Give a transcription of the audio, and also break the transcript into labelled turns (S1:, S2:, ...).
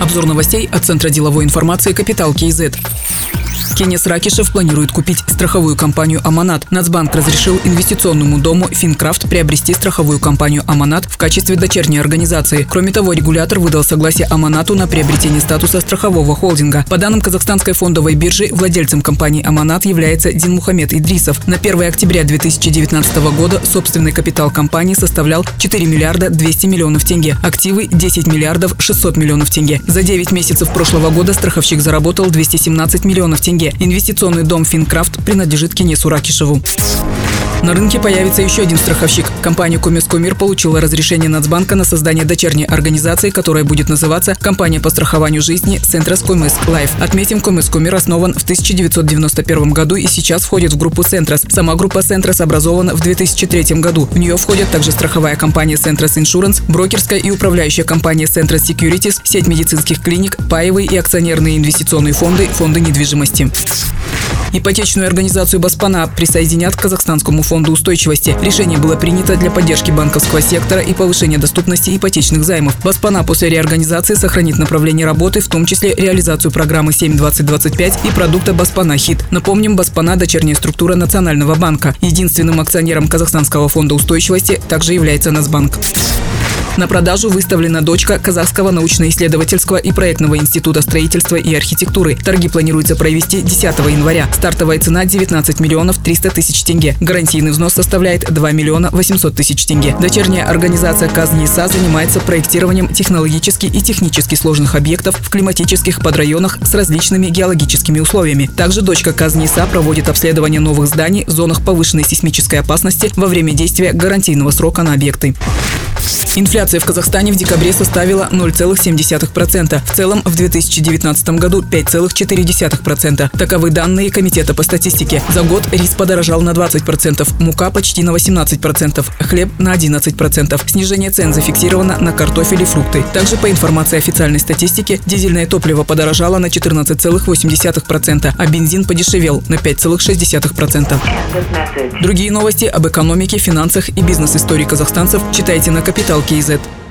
S1: Обзор новостей от Центра деловой информации «Капитал КИЗ». Кенес Ракишев планирует купить страховую компанию «Аманат». Нацбанк разрешил инвестиционному дому «Финкрафт» приобрести страховую компанию «Аманат» в качестве дочерней организации. Кроме того, регулятор выдал согласие «Аманату» на приобретение статуса страхового холдинга. По данным Казахстанской фондовой биржи, владельцем компании «Аманат» является Динмухамед Идрисов. На 1 октября 2019 года собственный капитал компании составлял 4 миллиарда 200 миллионов тенге, активы – 10 миллиардов 600 миллионов тенге. За 9 месяцев прошлого года страховщик заработал 217 миллионов тенге. Инвестиционный дом «Финкрафт» принадлежит Кенесу Ракишеву. На рынке появится еще один страховщик. Компания «Комескомир» получила разрешение Нацбанка на создание дочерней организации, которая будет называться «Компания по страхованию жизни Сентрас Комеск Лайф». Отметим, Комескомир основан в 1991 году и сейчас входит в группу Сентрас. Сама группа Сентрас образована в 2003 году. В нее входят также страховая компания Сентрас Иншуранс, брокерская и управляющая компания Сентрас Секьюритис, сеть медицинских клиник, паевые и акционерные инвестиционные фонды, фонды недвижимости. Ипотечную организацию «Баспана» присоединят к Казахстанскому фонду устойчивости. Решение было принято для поддержки банковского сектора и повышения доступности ипотечных займов. «Баспана» после реорганизации сохранит направление работы, в том числе реализацию программы 7-20-25 и продукта «Баспана Хит». Напомним, «Баспана» – дочерняя структура Национального банка. Единственным акционером Казахстанского фонда устойчивости также является Нацбанк. На продажу выставлена дочка Казахского научно-исследовательского и проектного института строительства и архитектуры. Торги планируется провести 10 января. Стартовая цена – 19 миллионов 300 тысяч тенге. Гарантийный взнос составляет 2 миллиона 800 тысяч тенге. Дочерняя организация КАЗНИИСА занимается проектированием технологически и технически сложных объектов в климатических подрайонах с различными геологическими условиями. Также дочка КАЗНИИСА проводит обследование новых зданий в зонах повышенной сейсмической опасности во время действия гарантийного срока на объекты. Инфляция в Казахстане в декабре составила 0,7%. В целом в 2019 году 5,4%. Таковы данные Комитета по статистике. За год рис подорожал на 20%, мука почти на 18%, хлеб на 11%. Снижение цен зафиксировано на картофель и фрукты. Также по информации официальной статистики, дизельное топливо подорожало на 14,8%, а бензин подешевел на 5,6%. Другие новости об экономике, финансах и бизнес-истории казахстанцев читайте на Капитал КИЗ.